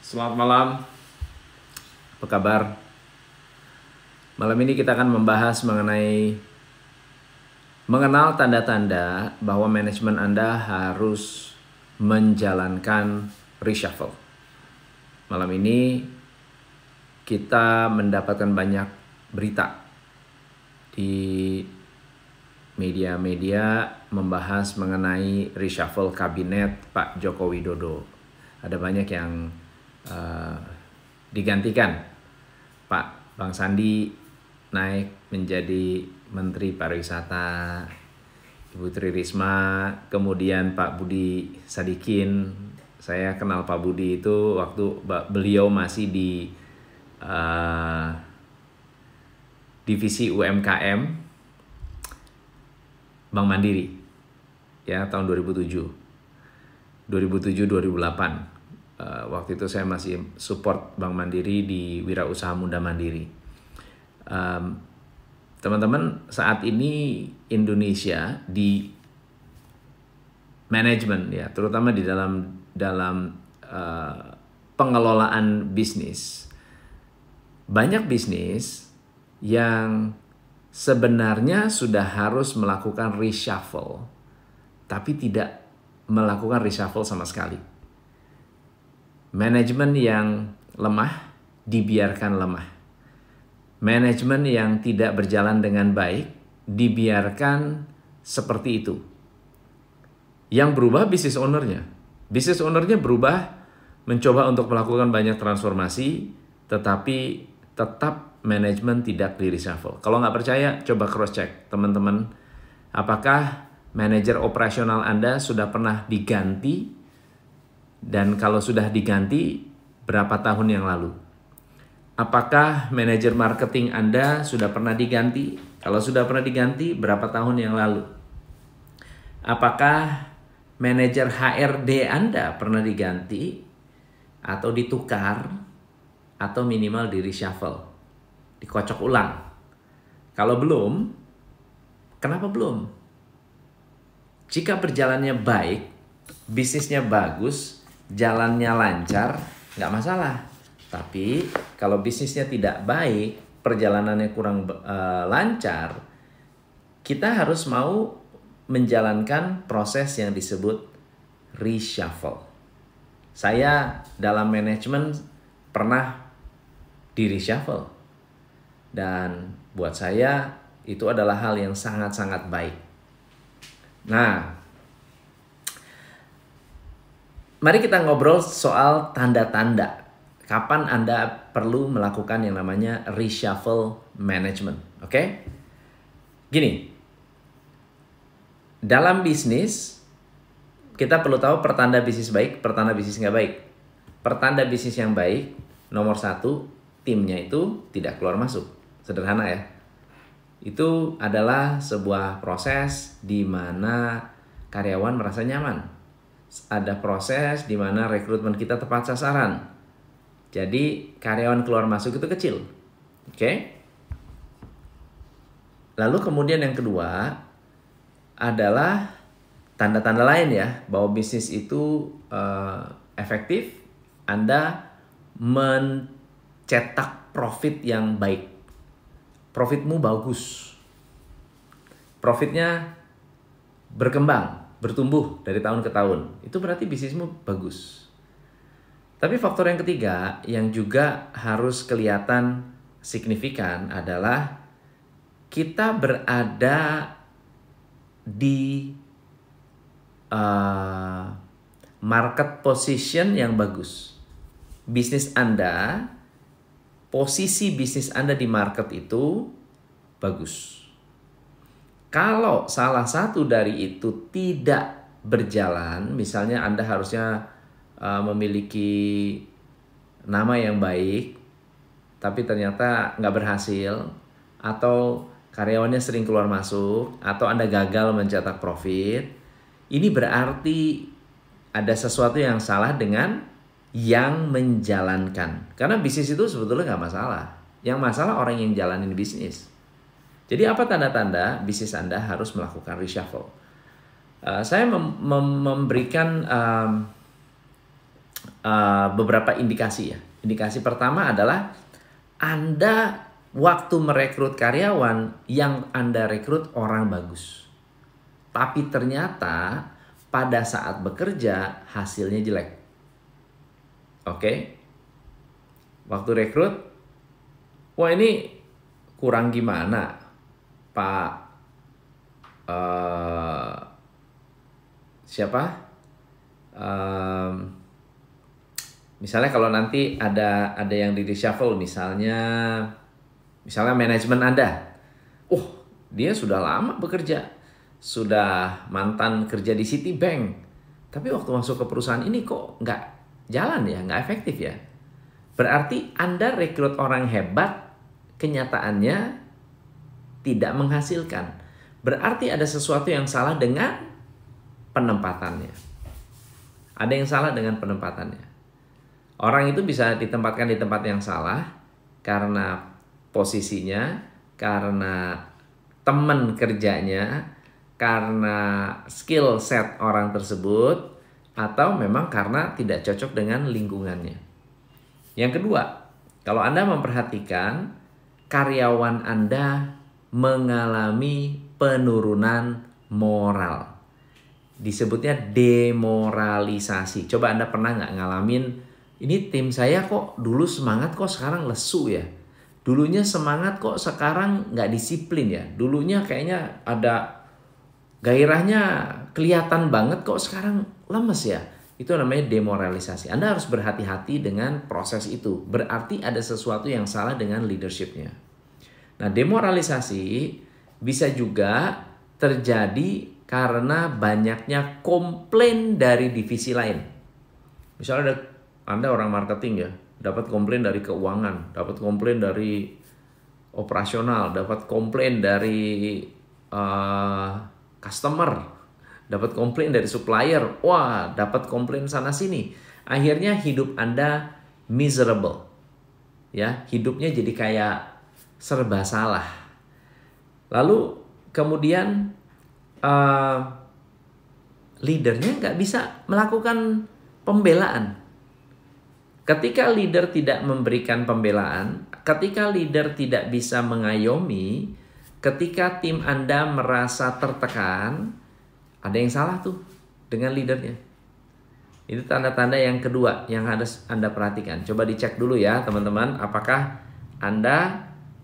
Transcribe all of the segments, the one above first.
Selamat malam, apa kabar? Malam ini kita akan membahas mengenal tanda-tanda bahwa manajemen Anda harus menjalankan reshuffle. Malam ini kita mendapatkan banyak berita di media-media membahas mengenai reshuffle kabinet Pak Joko Widodo. Ada banyak yang digantikan. Pak Bang Sandi naik menjadi Menteri Pariwisata, Ibu Tri Risma, kemudian Pak Budi Sadikin. Saya kenal Pak Budi itu waktu beliau masih di divisi UMKM Bank Mandiri ya, tahun 2007-2008. Waktu itu saya masih support Bank Mandiri di Wirausaha Muda Mandiri. Teman-teman, saat ini Indonesia di manajemen ya, terutama di dalam pengelolaan bisnis, banyak bisnis yang sebenarnya sudah harus melakukan reshuffle, tapi tidak melakukan reshuffle sama sekali. Manajemen yang lemah dibiarkan lemah. Manajemen yang tidak berjalan dengan baik dibiarkan seperti itu. Yang berubah bisnis ownernya. Bisnis ownernya berubah, mencoba untuk melakukan banyak transformasi, tetapi tetap manajemen tidak di reshuffle. Kalau nggak percaya, coba cross check teman-teman. Apakah manajer operasional Anda sudah pernah diganti? Dan kalau sudah diganti, berapa tahun yang lalu? Apakah manajer marketing Anda sudah pernah diganti? Kalau sudah pernah diganti, berapa tahun yang lalu? Apakah manajer HRD Anda pernah diganti? Atau ditukar? Atau minimal di reshuffle? Dikocok ulang? Kalau belum, kenapa belum? Jika berjalannya baik, bisnisnya bagus, jalannya lancar, nggak masalah. Tapi kalau bisnisnya tidak baik, perjalanannya kurang lancar, kita harus mau menjalankan proses yang disebut reshuffle. Saya dalam manajemen pernah di reshuffle. Dan buat saya itu adalah hal yang sangat-sangat baik. Nah, mari kita ngobrol soal tanda-tanda. Kapan Anda perlu melakukan yang namanya reshuffle management. Oke? Gini. Dalam bisnis, kita perlu tahu pertanda bisnis baik, pertanda bisnis nggak baik. Pertanda bisnis yang baik, nomor 1, timnya itu tidak keluar masuk. Sederhana ya. Itu adalah sebuah proses di mana karyawan merasa nyaman. Ada proses di mana rekrutmen kita tepat sasaran. Jadi karyawan keluar masuk itu kecil. Oke? Lalu kemudian yang kedua adalah tanda-tanda lain ya, bahwa bisnis itu efektif. Anda mencetak profit yang baik. Profitmu bagus. Profitnya berkembang, bertumbuh dari tahun ke tahun. Itu berarti bisnismu bagus. Tapi faktor yang ketiga yang juga harus kelihatan signifikan adalah kita berada di market position yang bagus. Bisnis Anda, posisi bisnis Anda di market itu bagus. Kalau salah satu dari itu tidak berjalan, misalnya Anda harusnya memiliki nama yang baik, tapi ternyata nggak berhasil, atau karyawannya sering keluar masuk, atau Anda gagal mencetak profit, ini berarti ada sesuatu yang salah dengan yang menjalankan. Karena bisnis itu sebetulnya nggak masalah. Yang masalah orang yang jalanin bisnis. Jadi apa tanda-tanda bisnis Anda harus melakukan reshuffle? Saya memberikan beberapa indikasi ya. Indikasi pertama adalah Anda waktu merekrut karyawan, yang Anda rekrut orang bagus. Tapi ternyata pada saat bekerja hasilnya jelek. Oke? Waktu rekrut, wah ini kurang gimana, Pak siapa? Misalnya kalau nanti ada yang di reshuffle, misalnya manajemen Anda, dia sudah lama bekerja, sudah mantan kerja di Citibank, tapi waktu masuk ke perusahaan ini kok nggak jalan ya, nggak efektif ya. Berarti Anda rekrut orang hebat, kenyataannya tidak menghasilkan. Berarti ada sesuatu yang salah dengan penempatannya. Ada yang salah dengan penempatannya. Orang itu bisa ditempatkan di tempat yang salah karena posisinya, karena teman kerjanya, karena skill set orang tersebut, atau memang karena tidak cocok dengan lingkungannya. Yang kedua, kalau Anda memperhatikan karyawan Anda mengalami penurunan moral, disebutnya demoralisasi. Coba Anda pernah nggak ngalamin, ini tim saya kok dulu semangat kok sekarang lesu ya. Dulunya semangat kok sekarang nggak disiplin ya. Dulunya kayaknya ada gairahnya kelihatan banget kok sekarang lemes ya. Itu namanya demoralisasi. Anda harus berhati-hati dengan proses itu. Berarti ada sesuatu yang salah dengan leadershipnya. Nah, demoralisasi bisa juga terjadi karena banyaknya komplain dari divisi lain. Misalnya Anda orang marketing ya, dapat komplain dari keuangan, dapat komplain dari operasional, dapat komplain dari customer, dapat komplain dari supplier, wah dapat komplain sana sini. Akhirnya hidup Anda miserable, ya, hidupnya jadi kayak serba salah. Lalu kemudian leadernya nggak bisa melakukan pembelaan. Ketika leader tidak memberikan pembelaan, ketika leader tidak bisa mengayomi, ketika tim Anda merasa tertekan, ada yang salah tuh dengan leadernya. Itu tanda-tanda yang kedua yang harus Anda perhatikan. Coba dicek dulu ya teman-teman, apakah Anda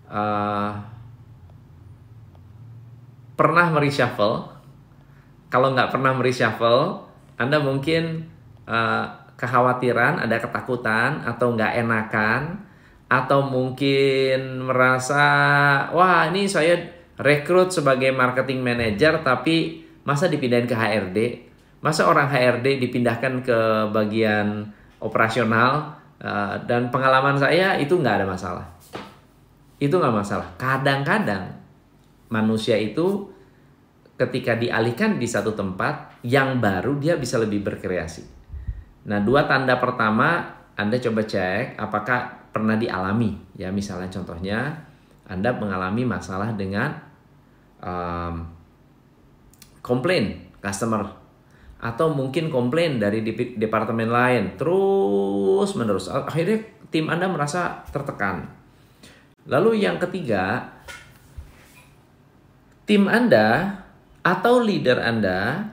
pernah mereshuffle. Kalau nggak pernah mereshuffle, Anda mungkin kekhawatiran, ada ketakutan, atau nggak enakan, atau mungkin merasa, wah ini saya rekrut sebagai marketing manager, tapi masa dipindahin ke HRD? Masa orang HRD dipindahkan ke bagian operasional? Dan pengalaman saya itu nggak ada masalah. Itu nggak masalah. Kadang-kadang manusia itu ketika dialihkan di satu tempat yang baru, dia bisa lebih berkreasi. Nah, dua tanda pertama Anda coba cek apakah pernah dialami. Ya, misalnya contohnya Anda mengalami masalah dengan komplain customer, atau mungkin komplain dari departemen lain terus menerus. Akhirnya tim Anda merasa tertekan. Lalu yang ketiga, tim Anda atau leader Anda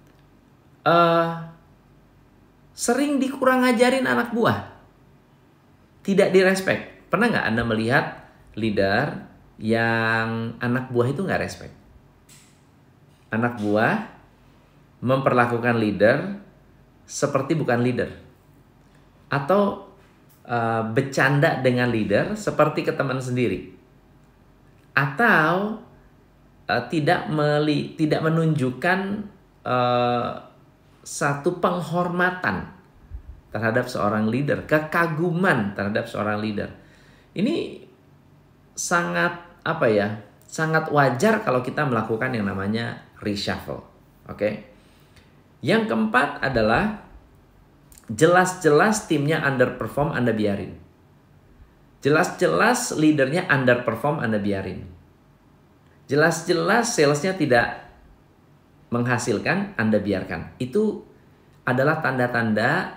sering dikurang ajarin anak buah, tidak direspek. Pernah nggak Anda melihat leader yang anak buah itu nggak respect? Anak buah memperlakukan leader seperti bukan leader, atau bercanda dengan leader seperti ke teman sendiri, atau tidak menunjukkan satu penghormatan terhadap seorang leader, kekaguman terhadap seorang leader. Ini sangat sangat wajar kalau kita melakukan yang namanya reshuffle. Oke. Yang keempat adalah jelas-jelas timnya underperform, Anda biarin. Jelas-jelas leadernya underperform, Anda biarin. Jelas-jelas salesnya tidak menghasilkan, Anda biarkan. Itu adalah tanda-tanda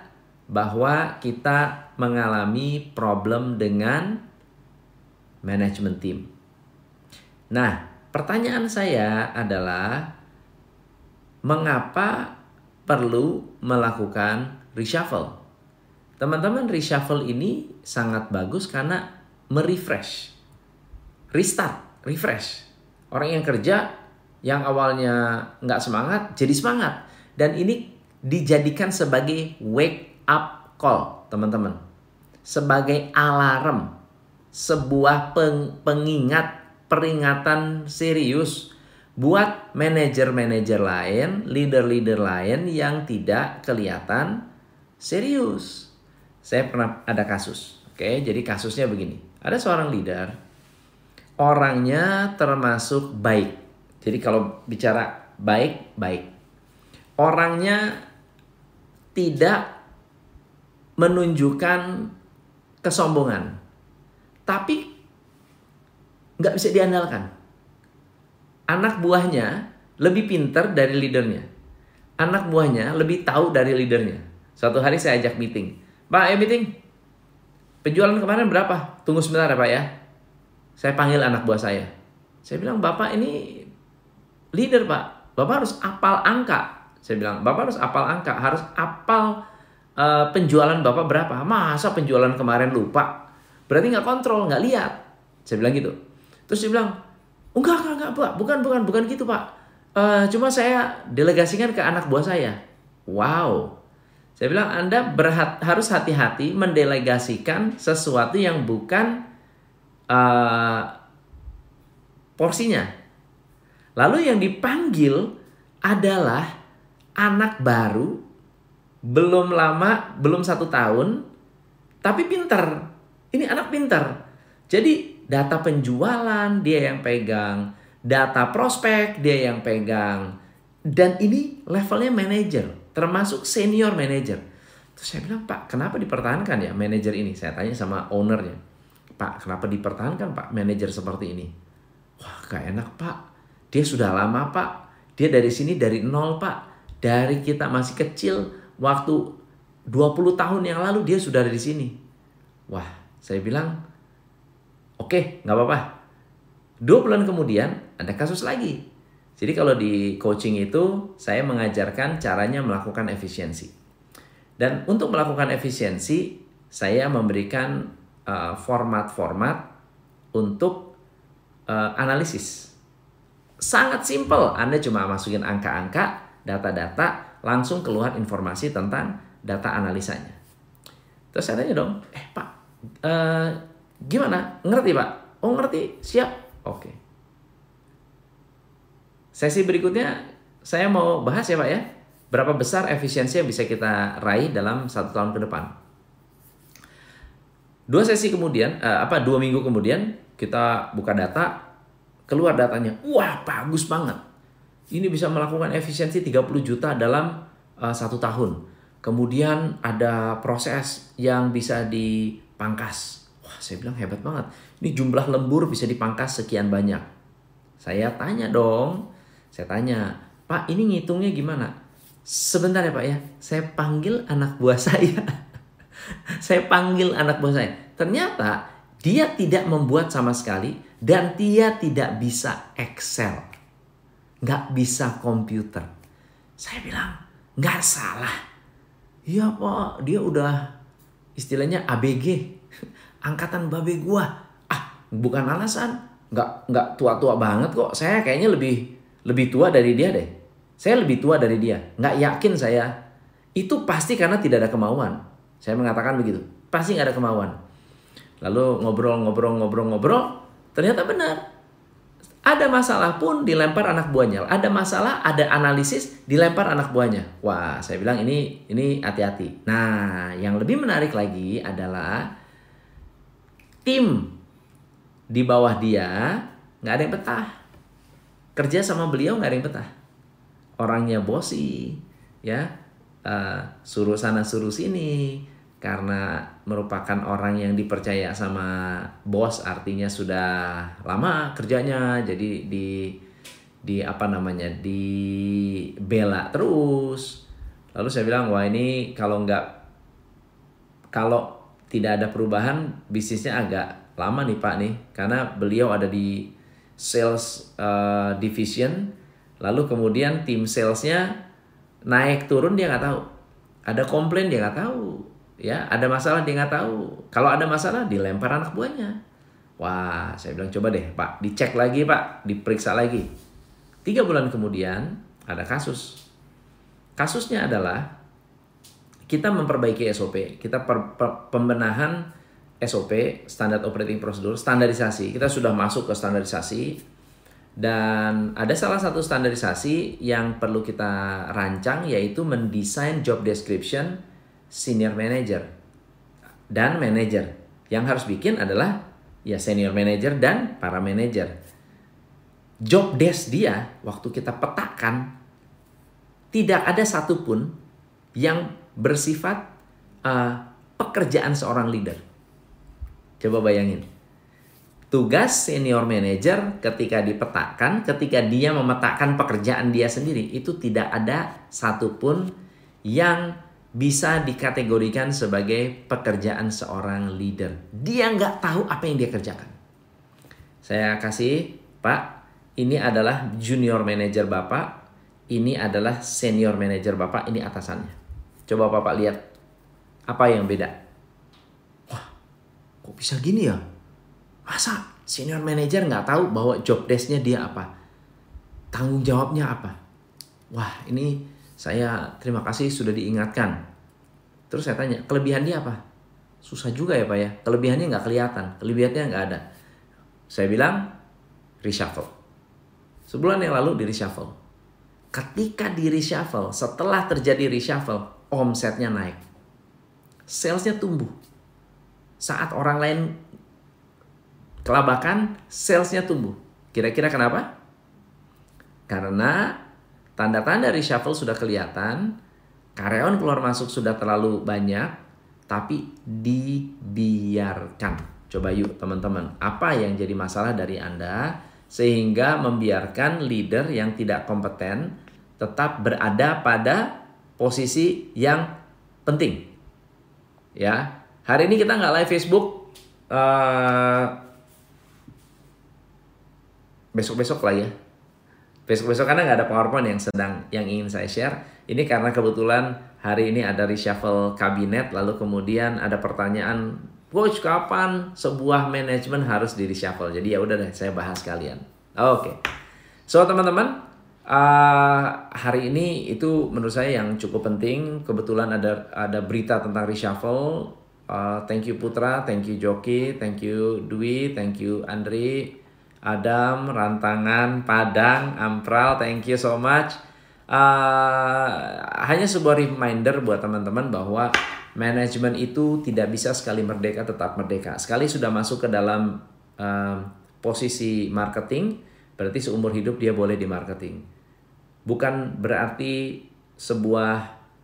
bahwa kita mengalami problem dengan manajemen tim. Nah, pertanyaan saya adalah mengapa perlu melakukan reshuffle? Teman-teman, reshuffle ini sangat bagus karena merefresh, restart, refresh. Orang yang kerja yang awalnya nggak semangat jadi semangat, dan ini dijadikan sebagai wake up call, teman-teman, sebagai alarm, sebuah pengingat, peringatan serius buat manajer-manajer lain, leader-leader lain yang tidak kelihatan serius. Saya pernah ada kasus, oke? Jadi kasusnya begini, ada seorang leader, orangnya termasuk baik. Jadi kalau bicara baik, orangnya tidak menunjukkan kesombongan, tapi nggak bisa diandalkan. Anak buahnya lebih pintar dari leadernya. Anak buahnya lebih tahu dari leadernya. Suatu hari saya ajak meeting. Pak, ayo meeting. Penjualan kemarin berapa? Tunggu sebentar ya Pak ya. Saya panggil anak buah saya. Saya bilang, Bapak ini leader Pak. Bapak harus apal angka. Saya bilang, Bapak harus apal angka. Harus apal penjualan Bapak berapa. Masa penjualan kemarin lupa? Berarti nggak kontrol, nggak lihat. Saya bilang gitu. Terus dia bilang, enggak Pak. Bukan gitu Pak. Cuma saya delegasikan ke anak buah saya. Wow. Saya bilang, Anda harus hati-hati mendelegasikan sesuatu yang bukan porsinya. Lalu yang dipanggil adalah anak baru, belum lama, belum 1 tahun, tapi pintar. Ini anak pintar. Jadi data penjualan dia yang pegang, data prospek dia yang pegang, dan ini levelnya manajer, termasuk senior manager. Terus saya bilang, Pak, kenapa dipertahankan ya manajer ini? Saya tanya sama ownernya, Pak, kenapa dipertahankan Pak manajer seperti ini? Wah, gak enak Pak, dia sudah lama Pak, dia dari sini dari nol Pak, dari kita masih kecil, waktu 20 tahun yang lalu dia sudah ada di sini. Wah, saya bilang, oke, gak apa-apa. 2 bulan kemudian ada kasus lagi. Jadi kalau di coaching itu saya mengajarkan caranya melakukan efisiensi. Dan untuk melakukan efisiensi, saya memberikan format-format untuk analisis. Sangat simpel, Anda cuma masukin angka-angka, data-data, langsung keluar informasi tentang data analisanya. Terus saya tanya dong, Pak, gimana? Ngerti Pak? Oh ngerti, siap. Oke. Sesi berikutnya saya mau bahas ya Pak ya. Berapa besar efisiensi yang bisa kita raih dalam 1 tahun ke depan. 2 sesi kemudian, 2 minggu kemudian kita buka data, keluar datanya. Wah, bagus banget. Ini bisa melakukan efisiensi 30 juta dalam 1 tahun. Kemudian ada proses yang bisa dipangkas. Wah, saya bilang hebat banget. Ini jumlah lembur bisa dipangkas sekian banyak. Saya tanya dong. Saya tanya, Pak, ini ngitungnya gimana? Sebentar ya Pak ya. Saya panggil anak buah saya. Saya panggil anak buah saya. Ternyata dia tidak membuat sama sekali dan dia tidak bisa Excel. Nggak bisa komputer. Saya bilang, nggak salah. Iya Pak, dia udah istilahnya ABG. Angkatan babe gua. Bukan alasan. Nggak tua-tua banget kok. Saya kayaknya lebih tua dari dia deh. Saya lebih tua dari dia. Nggak yakin saya. Itu pasti karena tidak ada kemauan. Saya mengatakan begitu. Pasti nggak ada kemauan. Lalu ngobrol. Ternyata benar. Ada masalah pun dilempar anak buahnya. Ada masalah, ada analisis, dilempar anak buahnya. Wah, saya bilang ini hati-hati. Nah, yang lebih menarik lagi adalah tim di bawah dia nggak ada yang betah. Kerja sama beliau nggak ada yang betah. Orangnya bosi, ya, suruh sana suruh sini, karena merupakan orang yang dipercaya sama bos, artinya sudah lama kerjanya, jadi dibela terus. Lalu saya bilang, wah ini kalau nggak kalau tidak ada perubahan, bisnisnya agak lama nih Pak nih, karena beliau ada di sales division, lalu kemudian tim salesnya naik turun dia nggak tahu, ada komplain dia nggak tahu, ya ada masalah dia nggak tahu. Kalau ada masalah dilempar anak buahnya. Wah, saya bilang coba deh Pak, dicek lagi Pak, diperiksa lagi. 3 bulan kemudian ada kasus. Kasusnya adalah kita memperbaiki SOP, kita pembenahan SOP, Standard Operating Procedure, standarisasi. Kita sudah masuk ke standarisasi, dan ada salah satu standarisasi yang perlu kita rancang, yaitu mendesain job description senior manager dan manager. Yang harus bikin adalah ya senior manager dan para manager. Job desk dia waktu kita petakan tidak ada satupun yang bersifat pekerjaan seorang leader. Coba bayangin. Tugas senior manager ketika dipetakan, ketika dia memetakan pekerjaan dia sendiri, itu tidak ada satupun yang bisa dikategorikan sebagai pekerjaan seorang leader. Dia nggak tahu apa yang dia kerjakan. Saya kasih, Pak, ini adalah junior manager Bapak, ini adalah senior manager Bapak, ini atasannya. Coba Bapak lihat, apa yang beda? Wah, kok bisa gini ya? Masa senior manager nggak tahu bahwa job desk-nya dia apa? Tanggung jawabnya apa? Wah, ini saya terima kasih sudah diingatkan. Terus saya tanya, kelebihan dia apa? Susah juga ya Pak ya, kelebihannya nggak kelihatan, kelebihannya nggak ada. Saya bilang, reshuffle. Sebulan yang lalu di reshuffle. Ketika di reshuffle, setelah terjadi reshuffle, omsetnya naik. Salesnya tumbuh. Saat orang lain kelabakan, salesnya tumbuh. Kira-kira kenapa? Karena tanda-tanda reshuffle sudah kelihatan, karyawan keluar masuk sudah terlalu banyak, tapi dibiarkan. Coba yuk teman-teman, apa yang jadi masalah dari Anda sehingga membiarkan leader yang tidak kompeten tetap berada pada posisi yang penting? Ya, hari ini kita nggak live Facebook, besok-besok lah ya. Besok-besok karena nggak ada PowerPoint yang ingin saya share. Ini karena kebetulan hari ini ada reshuffle kabinet, lalu kemudian ada pertanyaan, Coach, kapan sebuah manajemen harus di reshuffle? Jadi ya udah deh, saya bahas kalian. Oke. So teman-teman, hari ini itu menurut saya yang cukup penting. Kebetulan ada berita tentang reshuffle. Thank you Putra, thank you Joki, thank you Dwi, thank you Andri, Adam, Rantangan, Padang, Ampral, thank you so much. Hanya sebuah reminder buat teman-teman bahwa manajemen itu tidak bisa sekali merdeka tetap merdeka. Sekali sudah masuk ke dalam posisi marketing, berarti seumur hidup dia boleh di marketing. Bukan berarti sebuah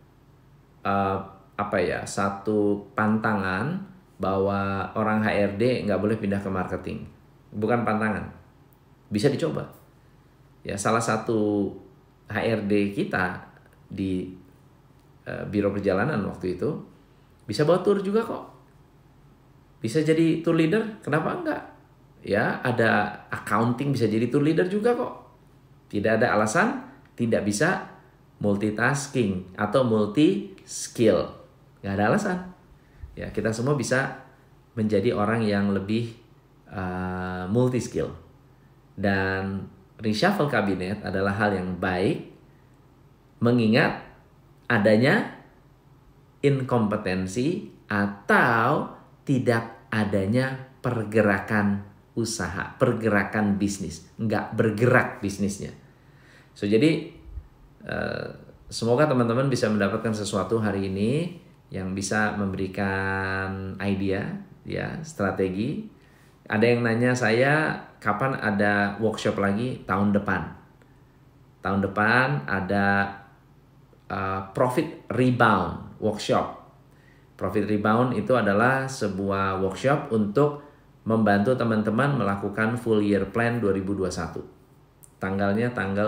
satu pantangan bahwa orang HRD nggak boleh pindah ke marketing. Bukan pantangan, bisa dicoba. Ya, salah satu HRD kita di Biro Perjalanan waktu itu bisa bawa tour juga kok. Bisa jadi tour leader, kenapa enggak? Ya, ada accounting bisa jadi tour leader juga kok. Tidak ada alasan tidak bisa multitasking atau multi skill. Nggak ada alasan. Ya, kita semua bisa menjadi orang yang lebih multi skill. Dan reshuffle kabinet adalah hal yang baik mengingat adanya inkompetensi atau tidak adanya pergerakan usaha, pergerakan bisnis, nggak bergerak bisnisnya. So jadi semoga teman-teman bisa mendapatkan sesuatu hari ini yang bisa memberikan idea, ya, strategi. Ada yang nanya saya kapan ada workshop lagi? Tahun depan. Tahun depan ada profit rebound workshop. Profit rebound itu adalah sebuah workshop untuk membantu teman-teman melakukan full year plan 2021. Tanggalnya tanggal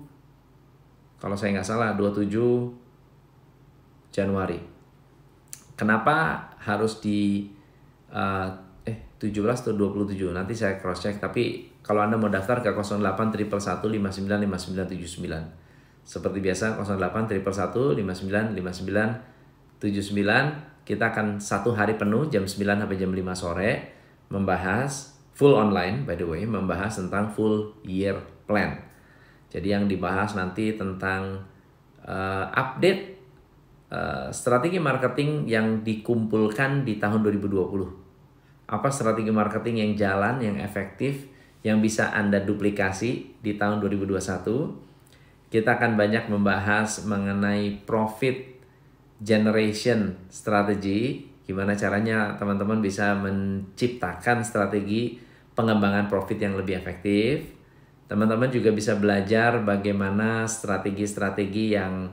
27, kalau saya nggak salah 27 Januari. Kenapa harus di 17 atau 27? Nanti saya cross check. Tapi kalau Anda mau daftar ke 08 111 59 59 79. Seperti biasa 08 111 59 59 79. Kita akan 1 hari penuh jam 9 sampai jam 5 sore membahas full online, by the way, membahas tentang full year plan. Jadi yang dibahas nanti tentang update strategi marketing yang dikumpulkan di tahun 2020. Apa strategi marketing yang jalan, yang efektif, yang bisa Anda duplikasi di tahun 2021. Kita akan banyak membahas mengenai profit generation strategy. Gimana caranya teman-teman bisa menciptakan strategi pengembangan profit yang lebih efektif. Teman-teman juga bisa belajar bagaimana strategi-strategi yang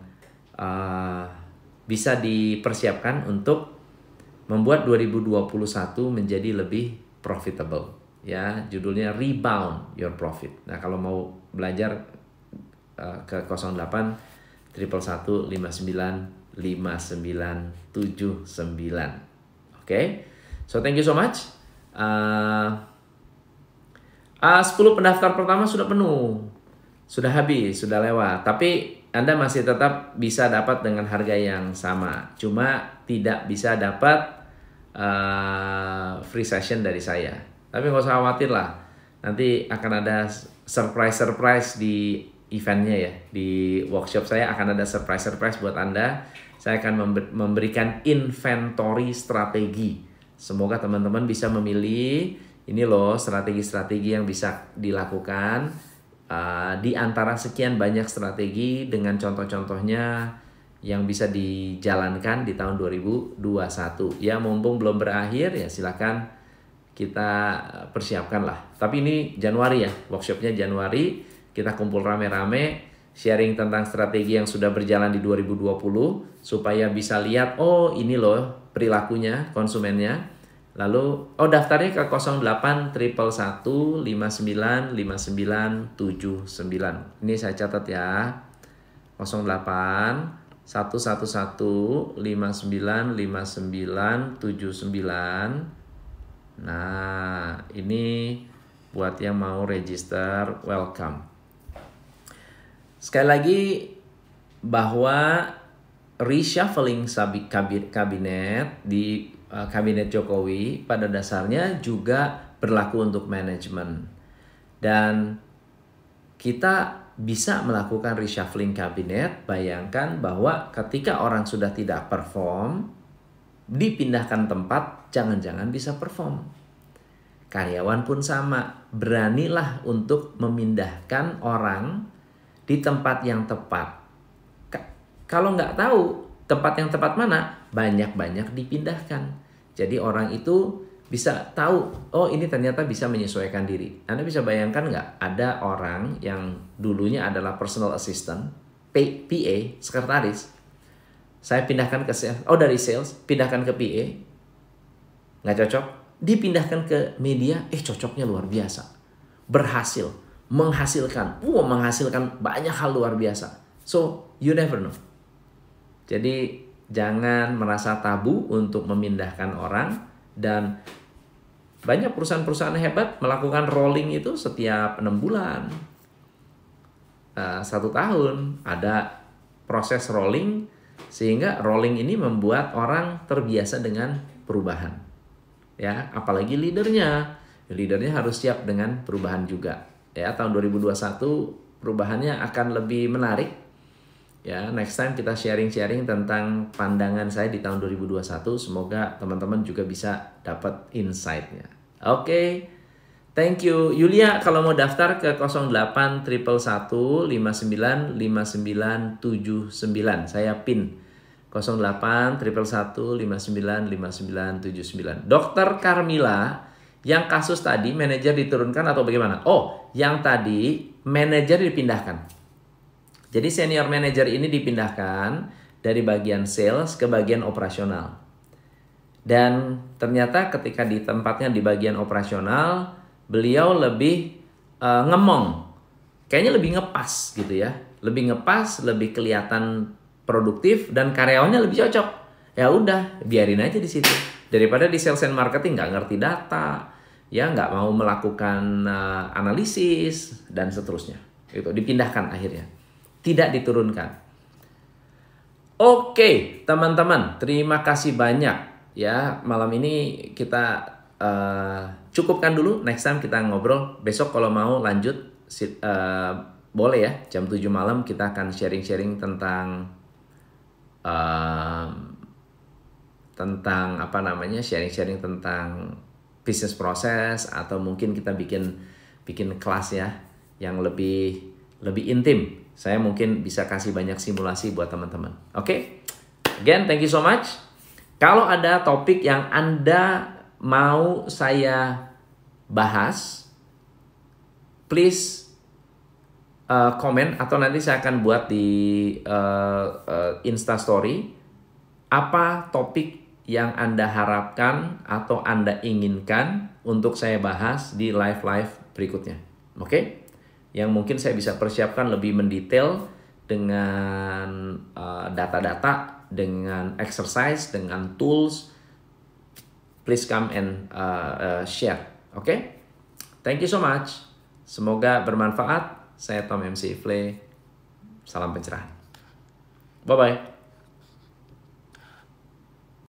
bisa dipersiapkan untuk membuat 2021 menjadi lebih profitable. Ya, judulnya Rebound Your Profit. Nah, kalau mau belajar ke 08 111 59 59 79. Oke. So thank you so much. 10 pendaftar pertama sudah penuh. Sudah habis, sudah lewat. Tapi Anda masih tetap bisa dapat dengan harga yang sama. Cuma tidak bisa dapat free session dari saya. Tapi nggak usah khawatir lah. Nanti akan ada surprise di eventnya ya. Di workshop saya akan ada surprise buat Anda. Saya akan memberikan inventory strategi. Semoga teman-teman bisa memilih. Ini loh strategi-strategi yang bisa dilakukan. Di antara sekian banyak strategi dengan contoh-contohnya yang bisa dijalankan di tahun 2021. Ya mumpung belum berakhir ya silakan kita persiapkan lah. Tapi ini Januari ya, workshopnya Januari. Kita kumpul rame-rame, sharing tentang strategi yang sudah berjalan di 2020 supaya bisa lihat, oh ini loh perilakunya konsumennya. Lalu, daftarnya ke 08 111 59 59 79. Ini saya catat ya. 08 111 59 59 79. Nah, ini buat yang mau register, welcome. Sekali lagi, bahwa reshuffling kabinet di Kabinet Jokowi pada dasarnya juga berlaku untuk manajemen. Dan kita bisa melakukan reshuffling kabinet. Bayangkan bahwa ketika orang sudah tidak perform, dipindahkan tempat, jangan-jangan bisa perform. Karyawan pun sama, beranilah untuk memindahkan orang di tempat yang tepat. Kalau nggak tahu tempat yang tepat mana, banyak-banyak dipindahkan. Jadi orang itu bisa tahu, oh ini ternyata bisa menyesuaikan diri. Anda bisa bayangkan nggak, ada orang yang dulunya adalah personal assistant, PA, sekretaris. Saya pindahkan ke sales, dari sales, pindahkan ke PA. Nggak cocok, dipindahkan ke media, cocoknya luar biasa. Berhasil, menghasilkan banyak hal luar biasa. So, you never know. Jadi jangan merasa tabu untuk memindahkan orang, dan banyak perusahaan-perusahaan hebat melakukan rolling itu setiap 6 bulan, 1 tahun ada proses rolling, sehingga rolling ini membuat orang terbiasa dengan perubahan. Ya, apalagi leadernya harus siap dengan perubahan juga. Ya, tahun 2021 perubahannya akan lebih menarik. Ya, next time kita sharing-sharing tentang pandangan saya di tahun 2021. Semoga teman-teman juga bisa dapat insight-nya. Oke. Thank you. Yulia kalau mau daftar ke 08 111 59 59 79. Saya pin 08 111 59 59 79. Dokter Carmila, yang kasus tadi manajer diturunkan atau bagaimana? Yang tadi manajer dipindahkan. Jadi senior manager ini dipindahkan dari bagian sales ke bagian operasional. Dan ternyata ketika ditempatnya di bagian operasional, beliau lebih ngemong. Kayaknya lebih ngepas gitu ya. Lebih ngepas, lebih kelihatan produktif, dan karyawannya lebih cocok. ya udah biarin aja di situ. Daripada di sales and marketing nggak ngerti data, ya nggak mau melakukan analisis dan seterusnya. Itu dipindahkan akhirnya, tidak diturunkan. Oke, teman-teman, terima kasih banyak ya. Malam ini kita cukupkan dulu. Next time kita ngobrol. Besok kalau mau lanjut boleh ya. Jam 7 malam kita akan sharing-sharing tentang apa namanya, sharing-sharing tentang bisnis proses, atau mungkin kita bikin kelas ya yang lebih intim. Saya mungkin bisa kasih banyak simulasi buat teman-teman. Oke? Again, thank you so much. Kalau ada topik yang Anda mau saya bahas, please komen, atau nanti saya akan buat di Insta Story apa topik yang Anda harapkan atau Anda inginkan untuk saya bahas di live berikutnya. Oke? Yang mungkin saya bisa persiapkan lebih mendetail dengan data-data, dengan exercise, dengan tools. Please come and share. Oke? Thank you so much. Semoga bermanfaat. Saya Tom MC Ifle. Salam pencerahan. Bye-bye.